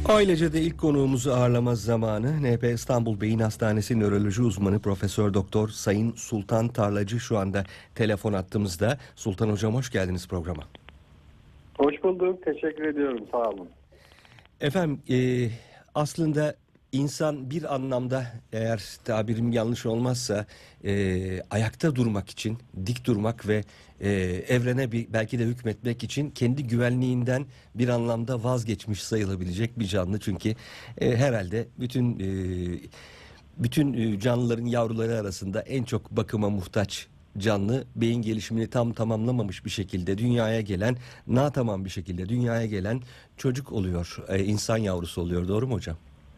Ailece de ilk konuğumuzu ağırlama zamanı. NP İstanbul Beyin Hastanesi Nöroloji Uzmanı Profesör Doktor Sayın Sultan Tarlacı şu anda telefon attığımızda. Sultan Hocam, hoş geldiniz programa. Hoş bulduk. Teşekkür ediyorum. Sağ olun. Efendim, aslında insan bir anlamda, eğer tabirim yanlış olmazsa, ayakta durmak için, dik durmak ve evrene belki de hükmetmek için kendi güvenliğinden bir anlamda vazgeçmiş sayılabilecek bir canlı. Çünkü herhalde bütün canlıların yavruları arasında en çok bakıma muhtaç canlı, beyin gelişimini tam tamamlamamış bir şekilde dünyaya gelen, natamam bir şekilde dünyaya gelen çocuk oluyor, insan yavrusu oluyor. Doğru mu hocam?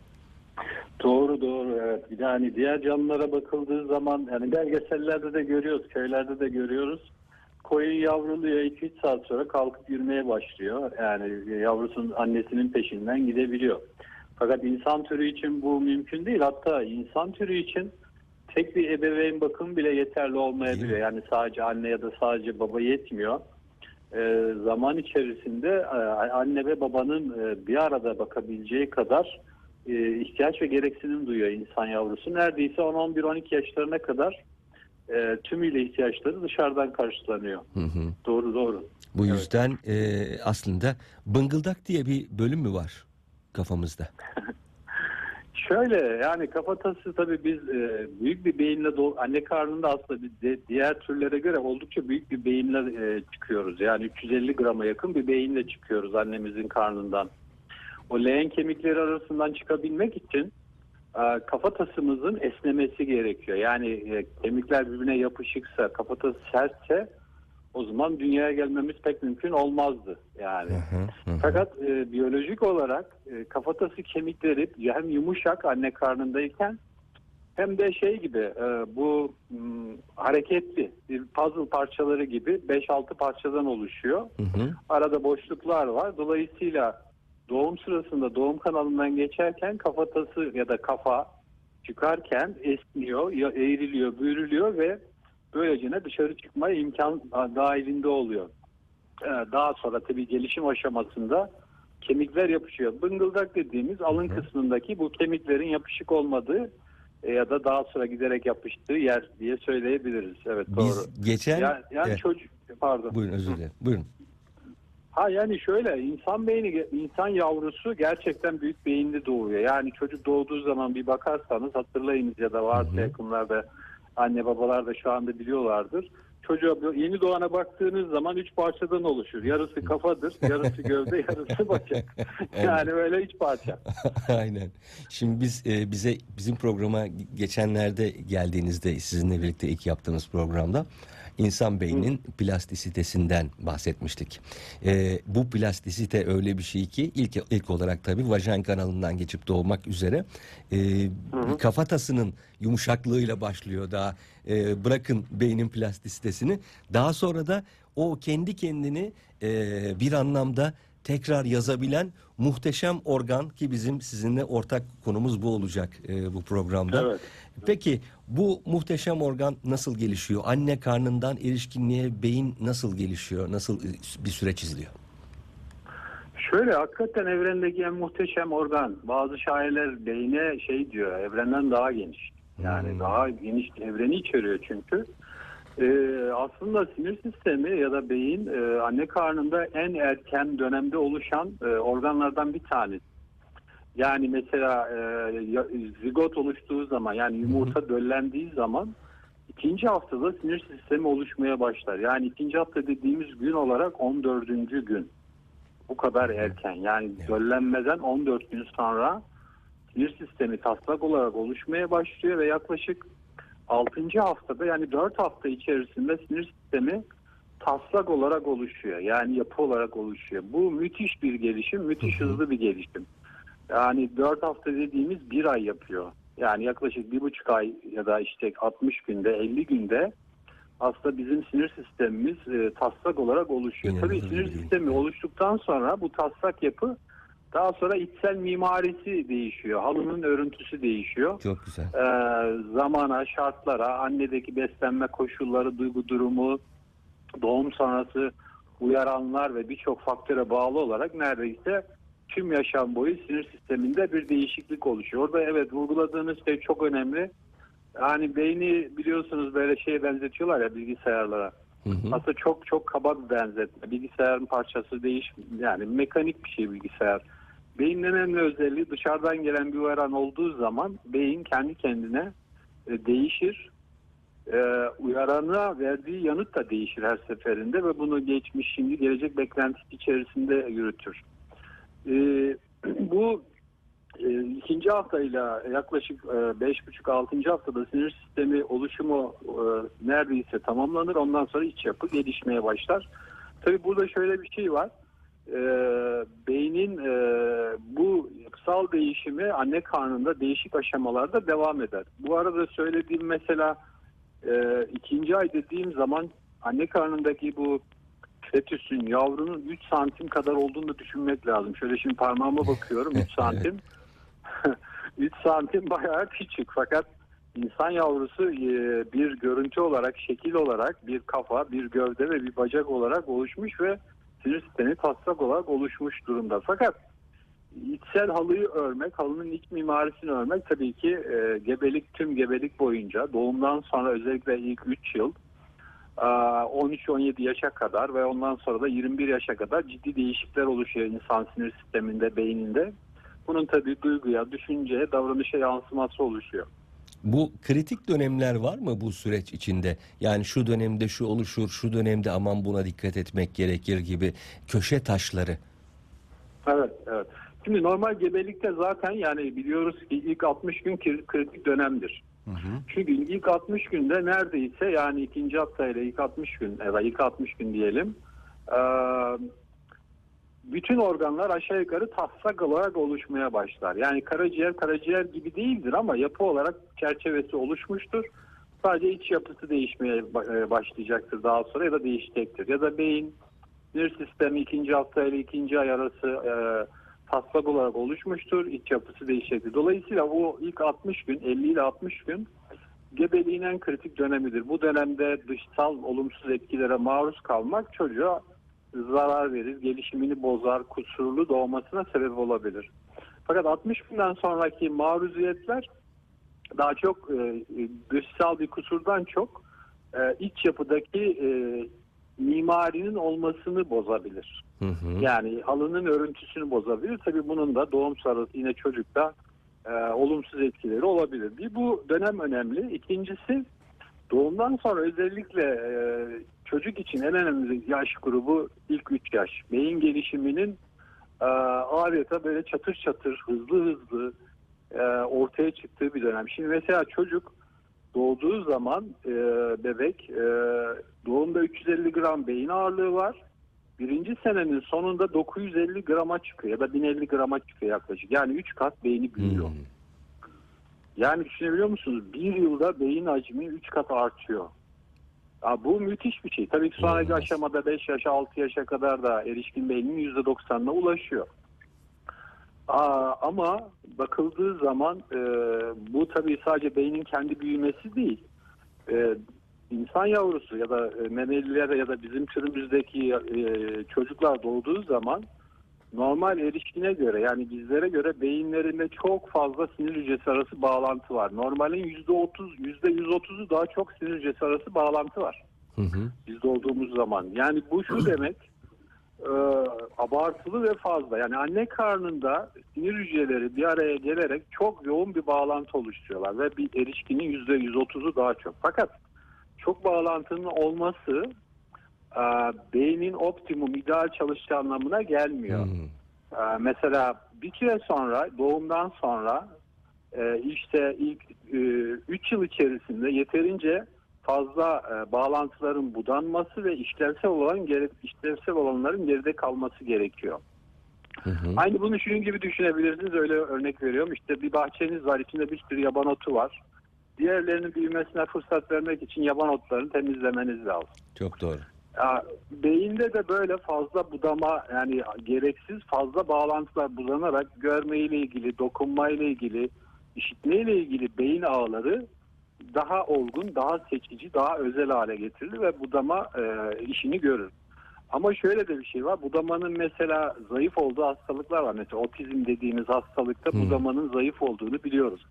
Doğru evet. Yani diğer canlılara bakıldığı zaman, yani belgesellerde de görüyoruz, köylerde de görüyoruz. Koyun yavruluyor, 2-3 saat sonra kalkıp yürümeye başlıyor. Yani yavrusunun annesinin peşinden gidebiliyor. Fakat insan türü için bu mümkün değil. Hatta insan türü için tek bir ebeveyn bakımı bile yeterli olmayabiliyor. Yani sadece anne ya da sadece baba yetmiyor. Zaman içerisinde anne ve babanın bir arada bakabileceği kadar ihtiyaç ve gereksinim duyuyor insan yavrusu. Neredeyse 10-11-12 yaşlarına kadar tümüyle ihtiyaçları dışarıdan karşılanıyor. Doğru. Bu yüzden aslında bıngıldak diye bir bölüm mü var kafamızda? Şöyle, yani kafatası tabii biz büyük bir beyinle anne karnında aslında biz diğer türlere göre oldukça büyük bir beyinle çıkıyoruz. Yani 350 grama yakın bir beyinle çıkıyoruz annemizin karnından. O leğen kemikleri arasından çıkabilmek için kafatasımızın esnemesi gerekiyor. Yani kemikler birbirine yapışıksa, kafatası sertse o zaman dünyaya gelmemiz pek mümkün olmazdı yani. Fakat biyolojik olarak kafatası kemikleri hem yumuşak anne karnındayken hem de şey gibi bu hareketli bir puzzle parçaları gibi 5-6 parçadan oluşuyor. Arada boşluklar var. Dolayısıyla doğum sırasında doğum kanalından geçerken kafatası ya da kafa çıkarken esniyor, eğriliyor, büyürülüyor ve böylece dışarı çıkmaya imkan dahilinde oluyor. Daha sonra tabii gelişim aşamasında kemikler yapışıyor. Bıngıldak dediğimiz alın kısmındaki bu kemiklerin yapışık olmadığı ya da daha sonra giderek yapıştığı yer diye söyleyebiliriz. Evet, doğru. Biz geçen... Yani çocuk... Pardon. Buyurun, özür dilerim. Buyurun. Yani şöyle, insan beyni, insan yavrusu gerçekten büyük beyinli doğuyor. Yani çocuk doğduğu zaman bir bakarsanız, hatırlayınız ya da varsa yakınlarda anne babalar da şu anda biliyorlardır. Çocuğa yeni doğana baktığınız zaman 3 parçadan oluşur. Yarısı kafadır, yarısı gövde, yarısı bacak. Yani böyle 3 parça. Aynen. Şimdi bizim programa geçenlerde geldiğinizde, sizinle birlikte ilk yaptığımız programda insan beyninin plastisitesinden bahsetmiştik. Bu plastisite öyle bir şey ki ilk olarak tabii vajin kanalından geçip doğmak üzere kafatasının yumuşaklığıyla başlıyor daha. Bırakın beynin plastisitesini. Daha sonra da o kendi kendini bir anlamda tekrar yazabilen muhteşem organ, ki bizim sizinle ortak konumuz bu olacak bu programda. Evet. Peki bu muhteşem organ nasıl gelişiyor? Anne karnından erişkinliğe beyin nasıl gelişiyor? Nasıl bir süreç izliyor? Şöyle, hakikaten evrendeki en muhteşem organ. Bazı şairler beyne şey diyor, evrenden daha geniş. Yani daha geniş evreni içeriyor çünkü. Aslında sinir sistemi ya da beyin anne karnında en erken dönemde oluşan organlardan bir tanesi. Yani mesela zigot oluştuğu zaman, yani yumurta döllendiği zaman ikinci haftada sinir sistemi oluşmaya başlar. Yani ikinci hafta dediğimiz gün olarak 14. gün. Bu kadar erken. Yani döllenmeden 14 gün sonra sinir sistemi taslak olarak oluşmaya başlıyor ve yaklaşık 6. haftada, yani 4 hafta içerisinde sinir sistemi taslak olarak oluşuyor. Yani yapı olarak oluşuyor. Bu müthiş bir gelişim, müthiş hızlı bir gelişim. Yani 4 hafta dediğimiz 1 ay yapıyor. Yani yaklaşık 1,5 ay ya da işte 60 günde, 50 günde aslında bizim sinir sistemimiz taslak olarak oluşuyor. Tabii sinir sistemi oluştuktan sonra bu taslak yapı daha sonra içsel mimarisi değişiyor. Halının örüntüsü değişiyor. Çok güzel. Zamana, şartlara, annedeki beslenme koşulları, duygu durumu, doğum sonrası uyaranlar ve birçok faktöre bağlı olarak neredeyse tüm yaşam boyu sinir sisteminde bir değişiklik oluşuyor. Orada evet vurguladığınız şey çok önemli. Yani beyni biliyorsunuz böyle şeye benzetiyorlar ya, bilgisayarlara. Hı hı. Aslında çok çok kaba bir benzetme. Bilgisayarın parçası yani mekanik bir şey bilgisayar. Beynin en önemli özelliği, dışarıdan gelen bir uyaran olduğu zaman beyin kendi kendine değişir. Uyarana verdiği yanıt da değişir her seferinde ve bunu geçmiş, şimdi, gelecek beklentisi içerisinde yürütür. Bu ikinci haftayla yaklaşık 5,5-6. haftada sinir sistemi oluşumu neredeyse tamamlanır. Ondan sonra iç yapı gelişmeye başlar. Tabii burada şöyle bir şey var. Beynin bu yapısal değişimi anne karnında değişik aşamalarda devam eder. Bu arada söylediğim mesela 2. ay dediğim zaman anne karnındaki bu fetüsün, yavrunun 3 santim kadar olduğunu düşünmek lazım. Şöyle şimdi parmağıma bakıyorum, 3 santim. 3 santim bayağı küçük, fakat insan yavrusu bir görüntü olarak, şekil olarak bir kafa, bir gövde ve bir bacak olarak oluşmuş ve sinir sistemi taslak olarak oluşmuş durumda. Fakat içsel halıyı örmek, halının iç mimarisini örmek tabii ki tüm gebelik boyunca, doğumdan sonra özellikle ilk 3 yıl, 13-17 yaşa kadar ve ondan sonra da 21 yaşa kadar ciddi değişiklikler oluşuyor insan sinir sisteminde, beyninde. Bunun tabii duyguya, düşünceye, davranışa yansıması oluşuyor. Bu kritik dönemler var mı bu süreç içinde? Yani şu dönemde şu oluşur, şu dönemde aman buna dikkat etmek gerekir gibi köşe taşları. Evet, evet. Şimdi normal gebelikte zaten yani biliyoruz ki ilk 60 gün kritik dönemdir. Hı hı. Çünkü ilk 60 günde neredeyse, yani ikinci haftayla ilk 60 gün, evet ilk 60 gün diyelim, bütün organlar aşağı yukarı taslak olarak oluşmaya başlar. Yani karaciğer gibi değildir ama yapı olarak çerçevesi oluşmuştur. Sadece iç yapısı değişmeye başlayacaktır daha sonra ya da değişecektir. Ya da beyin, sinir sistemi ikinci hafta ile ikinci ay arası taslak olarak oluşmuştur. İç yapısı değişecektir. Dolayısıyla o ilk 60 gün, 50 ile 60 gün gebeliğin en kritik dönemidir. Bu dönemde dışsal olumsuz etkilere maruz kalmak çocuğa zarar verir, gelişimini bozar, kusurlu doğmasına sebep olabilir. Fakat 60 günden sonraki maruziyetler daha çok dışsal bir kusurdan çok iç yapıdaki mimarinin olmasını bozabilir. Hı hı. Yani halının örüntüsünü bozabilir. Tabii bunun da doğum sonrası yine çocukta olumsuz etkileri olabilir. Bu dönem önemli. İkincisi, doğumdan sonra özellikle çocuk için en önemli yaş grubu ilk 3 yaş. Beyin gelişiminin adeta böyle çatır çatır, hızlı hızlı ortaya çıktığı bir dönem. Şimdi mesela çocuk doğduğu zaman bebek doğumda 350 gram beyin ağırlığı var. Birinci senenin sonunda 950 grama çıkıyor ya da 1050 grama çıkıyor yaklaşık. Yani 3 kat beyni büyüyor. Hmm. Yani düşünebiliyor musunuz? Bir yılda beyin hacmi 3 kat artıyor. Ya bu müthiş bir şey. Tabii ki sonraki İnanılmaz. aşamada 5 yaşa 6 yaşa kadar da erişkin beynin %90'ına ulaşıyor. Ama bakıldığı zaman bu tabii sadece beynin kendi büyümesi değil. İnsan yavrusu ya da memeliler ya da bizim türümüzdeki çocuklar doğduğu zaman normal erişkine göre, yani bizlere göre beyinlerinde çok fazla sinir hücresi arası bağlantı var. Normalin %130'u daha çok sinir hücresi arası bağlantı var. Hı hı. Biz doğduğumuz zaman. Yani bu şu demek, abartılı ve fazla. Yani anne karnında sinir hücreleri bir araya gelerek çok yoğun bir bağlantı oluşturuyorlar ve bir erişkinin %130'u daha çok. Fakat çok bağlantının olması beynin optimum, ideal çalıştığı anlamına gelmiyor. Mesela bir süre sonra, doğumdan sonra işte ilk 3 yıl içerisinde yeterince fazla bağlantıların budanması ve işlevsel olanların geride kalması gerekiyor. Hı hı. Aynı bunu şunun gibi düşünebilirsiniz. Öyle örnek veriyorum. İşte bir bahçeniz var, içinde bir sürü yaban otu var. Diğerlerinin büyümesine fırsat vermek için yaban otlarını temizlemeniz lazım. Çok doğru. Beyinde de böyle fazla budama, yani gereksiz fazla bağlantılar budanarak görmeyle ilgili, dokunmayla ilgili, işitmeyle ilgili beyin ağları daha olgun, daha seçici, daha özel hale getirilir ve budama işini görür. Ama şöyle de bir şey var. Budamanın mesela zayıf olduğu hastalıklar var. Mesela otizm dediğimiz hastalıkta budamanın zayıf olduğunu biliyoruz.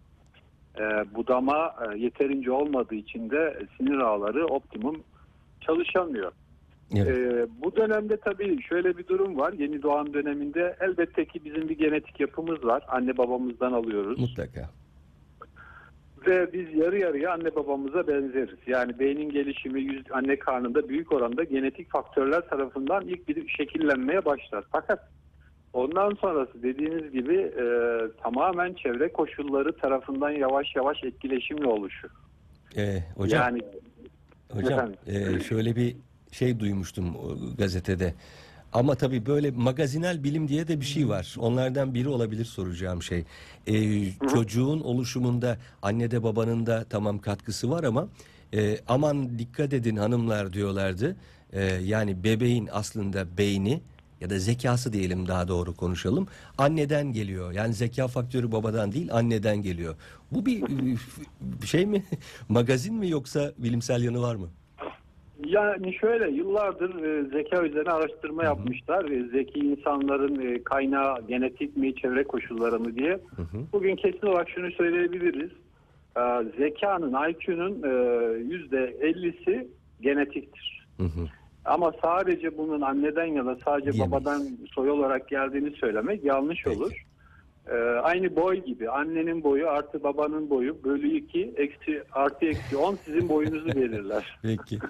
Budama yeterince olmadığı için de sinir ağları optimum çalışamıyor. Evet. Bu dönemde tabii şöyle bir durum var. Yeni doğan döneminde elbette ki bizim bir genetik yapımız var. Anne babamızdan alıyoruz. Mutlaka. Ve biz yarı yarıya anne babamıza benzeriz. Yani beynin gelişimi anne karnında büyük oranda genetik faktörler tarafından ilk bir şekillenmeye başlar. Fakat ondan sonrası dediğiniz gibi tamamen çevre koşulları tarafından yavaş yavaş etkileşimle oluşur. Hocam, Yani hocam şöyle bir şey duymuştum gazetede. Ama tabii böyle magazinel bilim diye de bir şey var. Onlardan biri olabilir soracağım şey. Çocuğun oluşumunda annede babanın da tamam katkısı var ama aman dikkat edin hanımlar diyorlardı. Yani bebeğin aslında beyni ya da zekası diyelim, daha doğru konuşalım, anneden geliyor. Yani zeka faktörü babadan değil, anneden geliyor. Bu bir şey mi? Magazin mi, yoksa bilimsel yanı var mı? Yani şöyle, yıllardır zeka üzerine araştırma yapmışlar. Zeki insanların kaynağı genetik mi, çevre koşulları mı diye. Bugün kesin olarak şunu söyleyebiliriz. Zekanın, IQ'nun %50'si genetiktir. Ama sadece bunun anneden ya da sadece babadan soy olarak geldiğini söylemek yanlış olur. Aynı boy gibi. Annenin boyu artı babanın boyu bölü 2 artı eksi 10 sizin boyunuzu belirler. Peki.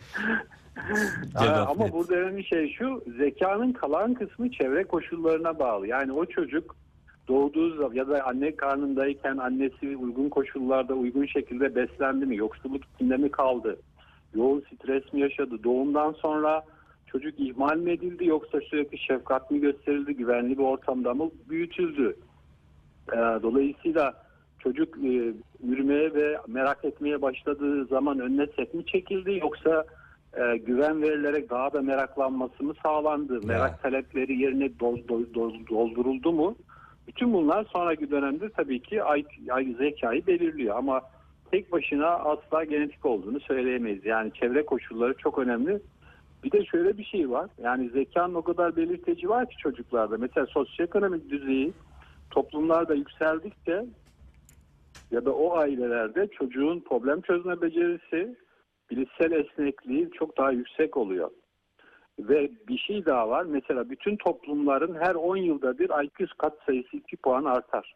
Ama burada önemli şey şu: zekanın kalan kısmı çevre koşullarına bağlı. Yani o çocuk doğduğu zaman ya da anne karnındayken annesi uygun koşullarda uygun şekilde beslendi mi? Yoksulluk içinde mi kaldı? Yoğun stres mi yaşadı? Doğumdan sonra çocuk ihmal mi edildi, yoksa sürekli şefkat mi gösterildi? Güvenli bir ortamda mı büyütüldü? Dolayısıyla çocuk yürümeye ve merak etmeye başladığı zaman önüne set mi çekildi, yoksa güven verilerek daha da meraklanması mı sağlandı? Merak talepleri yerine dolduruldu mu? Bütün bunlar sonraki dönemde tabii ki zekayı belirliyor, ama tek başına asla genetik olduğunu söyleyemeyiz. Yani çevre koşulları çok önemli. Bir de şöyle bir şey var. Yani zekanın o kadar belirteci var ki çocuklarda. Mesela sosyoekonomik düzeyi toplumlarda yükseldikçe ya da o ailelerde çocuğun problem çözme becerisi, bilişsel esnekliği çok daha yüksek oluyor. Ve bir şey daha var. Mesela bütün toplumların her 10 yılda bir IQ katsayısı 2 puan artar.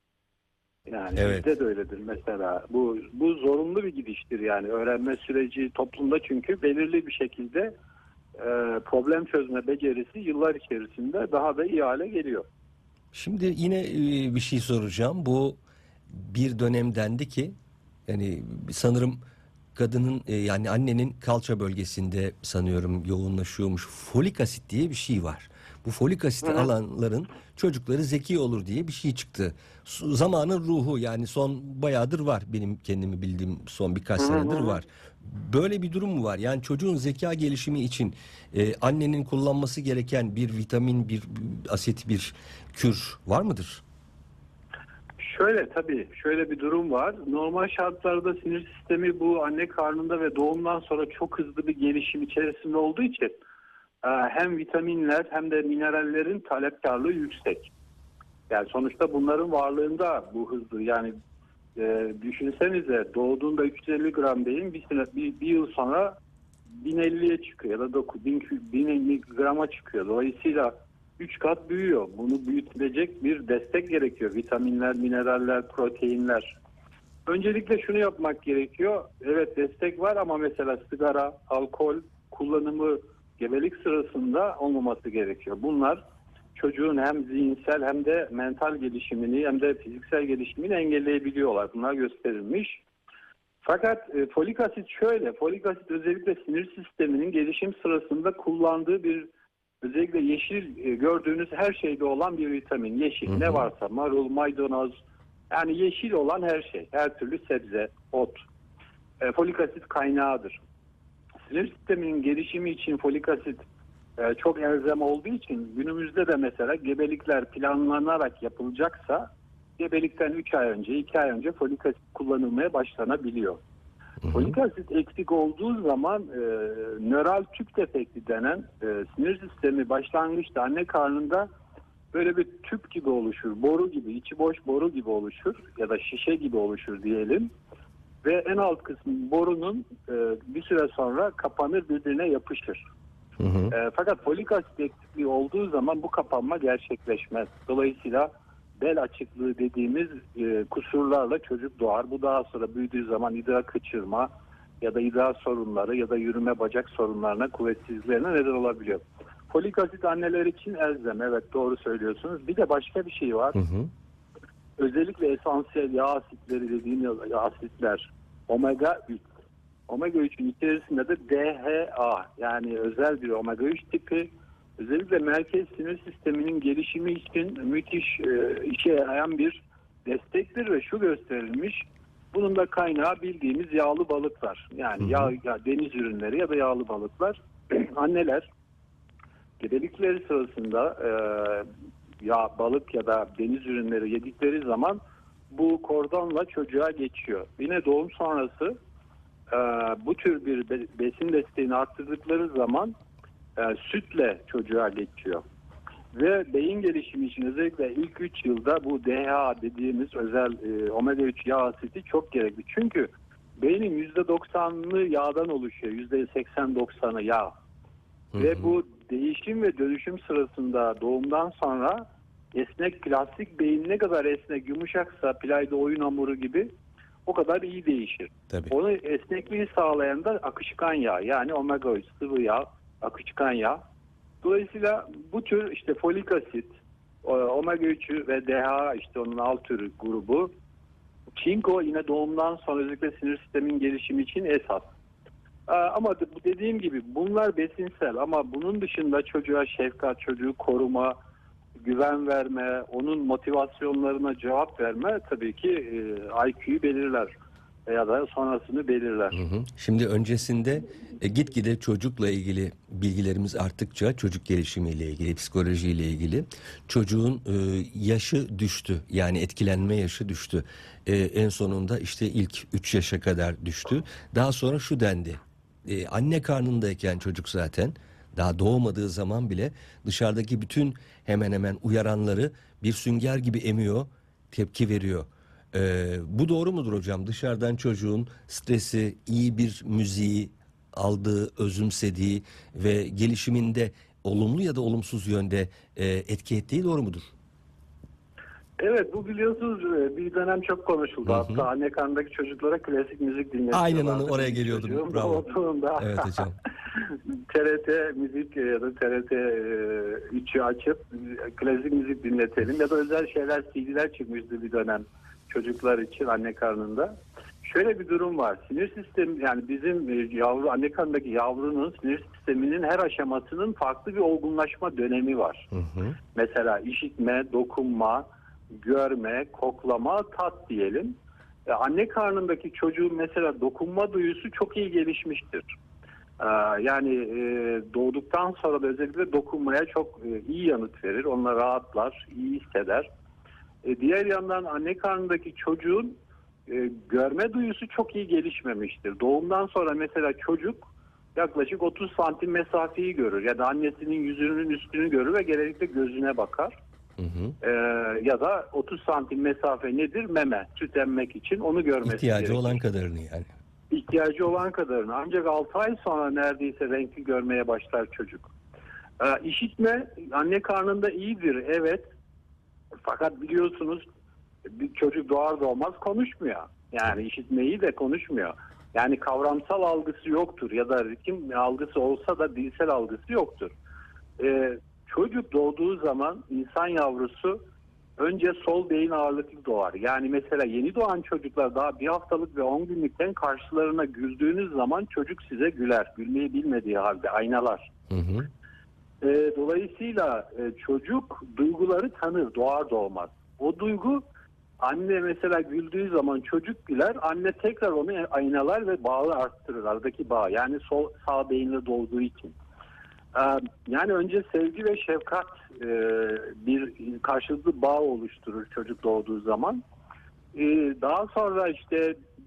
Yani bizde de öyledir mesela. Bu zorunlu bir gidiştir yani. Öğrenme süreci toplumda çünkü belirli bir şekilde problem çözme becerisi yıllar içerisinde daha da iyi hale geliyor. Şimdi yine bir şey soracağım. Bu bir dönem dendi ki, yani sanırım kadının yani annenin kalça bölgesinde sanıyorum yoğunlaşıyormuş folik asit diye bir şey var. Bu folik asiti alanların çocukları zeki olur diye bir şey çıktı. Zamanın ruhu, yani son bayağıdır var, benim kendimi bildiğim son birkaç senedir var. Böyle bir durum mu var? Yani çocuğun zeka gelişimi için annenin kullanması gereken bir vitamin, bir asit, bir kür var mıdır? Şöyle, tabii şöyle bir durum var. Normal şartlarda sinir sistemi bu anne karnında ve doğumdan sonra çok hızlı bir gelişim içerisinde olduğu için hem vitaminler hem de minerallerin talepkarlığı yüksek. Yani sonuçta bunların varlığında bu hızlı, yani düşünsenize, doğduğunda 350 gram beyin bir yıl sonra 1050'ye çıkıyor ya da 1000 grama çıkıyor. Dolayısıyla 3 kat büyüyor. Bunu büyütecek bir destek gerekiyor. Vitaminler, mineraller, proteinler. Öncelikle şunu yapmak gerekiyor. Evet, destek var ama mesela sigara, alkol kullanımı gebelik sırasında olmaması gerekiyor. Bunlar çocuğun hem zihinsel hem de mental gelişimini hem de fiziksel gelişimini engelleyebiliyorlar. Bunlar gösterilmiş. Fakat folik asit şöyle. Folik asit özellikle sinir sisteminin gelişim sırasında kullandığı bir, özellikle yeşil gördüğünüz her şeyde olan bir vitamin. Yeşil ne varsa, marul, maydanoz, yani yeşil olan her şey. Her türlü sebze, ot. Folik asit kaynağıdır. Sinir sisteminin gelişimi için folik asit çok elzem olduğu için günümüzde de mesela gebelikler planlanarak yapılacaksa gebelikten 3 ay önce, 2 ay önce folik asit kullanılmaya başlanabiliyor. Hı hı. Folik asit eksik olduğu zaman nöral tüp defekti denen sinir sistemi başlangıçta anne karnında böyle bir tüp gibi oluşur. Boru gibi, içi boş boru gibi oluşur ya da şişe gibi oluşur diyelim. Ve en alt kısmı borunun bir süre sonra kapanır, birbirine yapışır. Hı hı. Fakat folik asit eksikliği olduğu zaman bu kapanma gerçekleşmez. Dolayısıyla bel açıklığı dediğimiz kusurlarla çocuk doğar. Bu daha sonra büyüdüğü zaman idrar kaçırma ya da idrar sorunları ya da yürüme bacak sorunlarına, kuvvetsizliklerine neden olabiliyor. Folik asit anneler için elzem. Evet, doğru söylüyorsunuz. Bir de başka bir şey var. Hı hı. Özellikle esansiyel yağ asitleri dediğimiz asitler omega 3. Omega 3'ün içerisinde de DHA, yani özel bir omega 3 tipi, özellikle merkez sinir sisteminin gelişimi için müthiş işe yarayan bir destektir ve şu gösterilmiş: bunun da kaynağı bildiğimiz yağlı balıklar. Yani deniz ürünleri ya da yağlı balıklar. Anneler gebelikleri sırasında ya balık ya da deniz ürünleri yedikleri zaman bu kordonla çocuğa geçiyor. Yine doğum sonrası bu tür bir besin desteğini arttırdıkları zaman sütle çocuğa geçiyor. Ve beyin gelişimi için özellikle ilk 3 yılda bu DHA dediğimiz özel omega 3 yağ asidi çok gerekli. Çünkü beynin %90'ı yağdan oluşuyor. %80-90'ı yağ. Hı hı. Ve bu değişim ve dönüşüm sırasında doğumdan sonra esnek plastik beyin ne kadar esnek, yumuşaksa playda oyun hamuru gibi o kadar iyi değişir. Tabii. Onu esnekliği sağlayan da akışkan yağ, yani omega 3 sıvı yağ, akışkan yağ. Dolayısıyla bu tür işte folik asit, omega 3'ü ve DHA, işte onun alt türü grubu. Çinko yine doğumdan sonra özellikle sinir sistemin gelişimi için esas. Ama bu dediğim gibi bunlar besinsel, ama bunun dışında çocuğa şefkat, çocuğu koruma, güven verme, onun motivasyonlarına cevap verme tabii ki IQ'yu belirler ya da sonrasını belirler. Hı hı. Şimdi öncesinde gitgide çocukla ilgili bilgilerimiz arttıkça çocuk gelişimiyle ilgili, psikolojiyle ilgili çocuğun yaşı düştü. Yani etkilenme yaşı düştü. En sonunda işte ilk 3 yaşa kadar düştü. Daha sonra şu dendi: anne karnındayken çocuk zaten daha doğmadığı zaman bile dışarıdaki bütün hemen hemen uyaranları bir sünger gibi emiyor, tepki veriyor. Bu doğru mudur hocam? Dışarıdan çocuğun stresi, iyi bir müziği aldığı, özümsediği ve gelişiminde olumlu ya da olumsuz yönde etki ettiği doğru mudur? Evet, bu biliyorsunuz bir dönem çok konuşuldu. Hı hı. Hatta anne karnındaki çocuklara klasik müzik dinletiyorlardı. Aynen oraya geliyordum. Çocuğum Bravo. doğduğunda Evet hocam. TRT müzik ya da TRT 3'ü açıp klasik müzik dinletelim ya da özel şeyler, CD'ler çıkmıştı bir dönem çocuklar için anne karnında. Şöyle bir durum var. Sinir sistemi, yani bizim yavru, anne karnındaki yavrunun sinir sisteminin her aşamasının farklı bir olgunlaşma dönemi var. Hı hı. Mesela işitme, dokunma, görme, koklama, tat diyelim. Anne karnındaki çocuğun mesela dokunma duyusu çok iyi gelişmiştir. Yani doğduktan sonra da özellikle dokunmaya çok iyi yanıt verir. Onlar rahatlar, iyi hisseder. Diğer yandan anne karnındaki çocuğun görme duyusu çok iyi gelişmemiştir. Doğumdan sonra mesela çocuk yaklaşık 30 santim mesafeyi görür ya da annesinin yüzünün üstünü görür ve genellikle gözüne bakar. Hı hı. Ya da 30 santim mesafe nedir? Meme, süt emmek için onu görmesi İhtiyacı gerekir. olan kadarını yani. İhtiyacı olan kadarını. Ancak 6 ay sonra neredeyse renkli görmeye başlar çocuk. İşitme anne karnında iyidir, evet. Fakat biliyorsunuz bir çocuk doğar doğmaz konuşmuyor. Yani işitmeyi de konuşmuyor. Yani kavramsal algısı yoktur ya da ritim algısı olsa da dilsel algısı yoktur. Çocuk doğduğu zaman insan yavrusu önce sol beyin ağırlıklı doğar. Yani mesela yeni doğan çocuklar daha bir haftalık ve 10 günlükken karşılarına güldüğünüz zaman çocuk size güler. Gülmeyi bilmediği halde aynalar. Hı hı. Dolayısıyla çocuk duyguları tanır doğar doğmaz. O duygu, anne mesela güldüğü zaman çocuk güler, anne tekrar onu aynalar ve bağı arttırır, aradaki bağ. Yani sağ beyinle doğduğu için. Yani önce sevgi ve şefkat bir karşılıklı bağ oluşturur çocuk doğduğu zaman. Daha sonra işte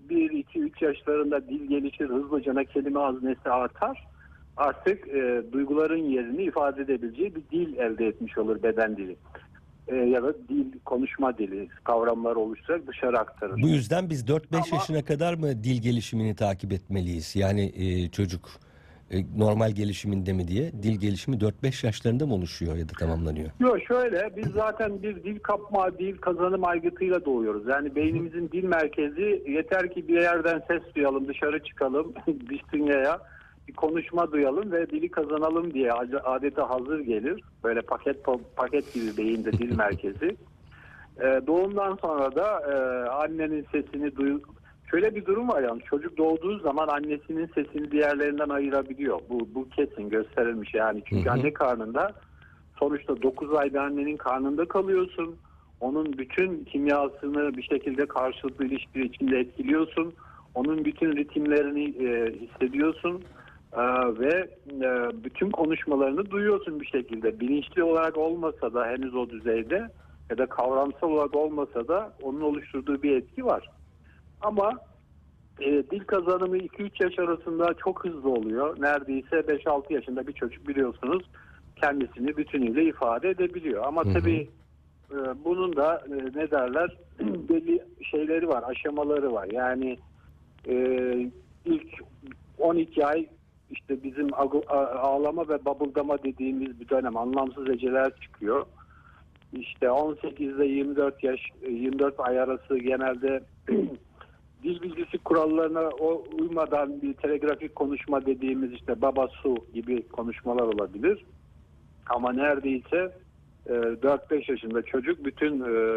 1, 2, 3 yaşlarında dil gelişir, hızlıca kelime haznesi artar. Artık duyguların yerini ifade edebileceği bir dil elde etmiş olur, beden dili. Ya da dil, konuşma dili, kavramlar oluşturarak dışarı aktarır. Bu yüzden biz 4-5 Ama yaşına kadar mı dil gelişimini takip etmeliyiz? Yani çocuk normal gelişiminde mi diye, dil gelişimi 4-5 yaşlarında mı oluşuyor ya da tamamlanıyor? yok, şöyle, biz zaten bir dil kapma, dil kazanım aygıtıyla doğuyoruz. Yani beynimizin dil merkezi, yeter ki bir yerden ses duyalım, dışarı çıkalım dış dünyaya, bir konuşma duyalım ve dili kazanalım diye adeta hazır gelir. Böyle paket gibi beyinde dil merkezi. Doğumdan sonra da annenin sesini şöyle bir durum var, yani çocuk doğduğu zaman annesinin sesini diğerlerinden ayırabiliyor. Bu kesin gösterilmiş yani. Çünkü anne karnında, sonuçta 9 ay bir annenin karnında kalıyorsun. Onun bütün kimyasını bir şekilde karşılıklı ilişki içinde etkiliyorsun. Onun bütün ritimlerini hissediyorsun. Ve bütün konuşmalarını duyuyorsun bir şekilde. Bilinçli olarak olmasa da henüz o düzeyde, ya da kavramsal olarak olmasa da onun oluşturduğu bir etki var. Ama dil kazanımı 2-3 yaş arasında çok hızlı oluyor. Neredeyse 5-6 yaşında bir çocuk, biliyorsunuz, kendisini bütünüyle ifade edebiliyor. Ama tabii bunun da ne derler, belli şeyleri var, aşamaları var. Yani ilk 12 ay işte bizim ağlama ve babuldama dediğimiz bir dönem, anlamsız heceler çıkıyor. İşte 18 ile 24 ay arası genelde dil bilgisi kurallarına uymadan bir telegrafik konuşma dediğimiz işte baba su gibi konuşmalar olabilir. Ama neredeyse 4-5 yaşında çocuk bütün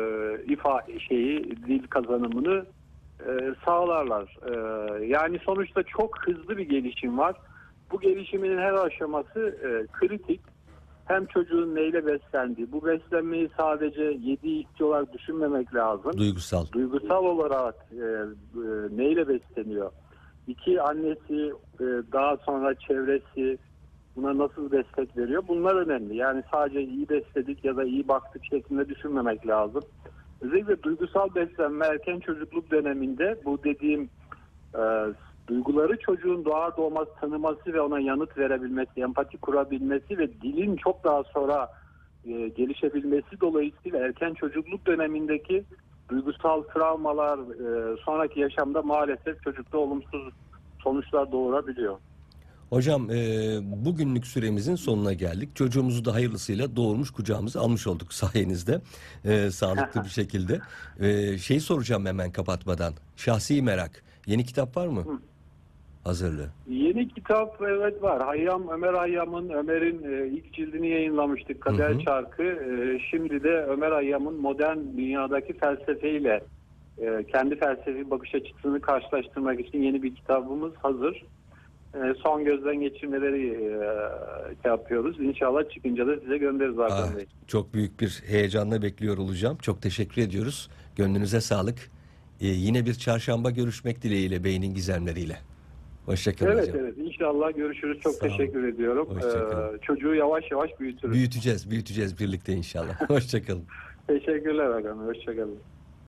dil kazanımını sağlarlar. Yani sonuçta çok hızlı bir gelişim var. Bu gelişimin her aşaması kritik. Hem çocuğun neyle beslendiği, bu beslenmeyi sadece yediği içtiği olarak düşünmemek lazım. Duygusal olarak neyle besleniyor? İki, annesi, daha sonra çevresi buna nasıl destek veriyor? Bunlar önemli. Yani sadece iyi besledik ya da iyi baktık şeklinde düşünmemek lazım. Özellikle duygusal beslenme erken çocukluk döneminde, bu dediğim duyguları çocuğun doğar doğmaz tanıması ve ona yanıt verebilmesi, empati kurabilmesi ve dilin çok daha sonra gelişebilmesi dolayısıyla erken çocukluk dönemindeki duygusal travmalar sonraki yaşamda maalesef çocukta olumsuz sonuçlar doğurabiliyor. Hocam bugünlük süremizin sonuna geldik. Çocuğumuzu da hayırlısıyla doğurmuş, kucağımıza almış olduk sayenizde. Sağlıklı bir şekilde. Şeyi soracağım hemen kapatmadan. Şahsi merak. Yeni kitap var mı? Hazırlığı. Yeni kitap evet var. Ömer'in ilk cildini yayınlamıştık. Kader Çarkı. Şimdi de Ömer Hayyam'ın modern dünyadaki felsefeyle kendi felsefi bakış açısını karşılaştırmak için yeni bir kitabımız hazır. Son gözden geçirmeleri yapıyoruz. İnşallah çıkınca da size göndeririz Hakan Bey. Çok büyük bir heyecanla bekliyor olacağım. Çok teşekkür ediyoruz. Gönlünüze sağlık. Yine bir çarşamba görüşmek dileğiyle Beynin Gizemleriyle. Hoşçakalın hocam. Evet, inşallah görüşürüz. Çok teşekkür ediyorum. Çocuğu yavaş yavaş büyütürüz. Büyüteceğiz birlikte inşallah. Hoşçakalın. Teşekkürler Hakan Bey. Hoşçakalın.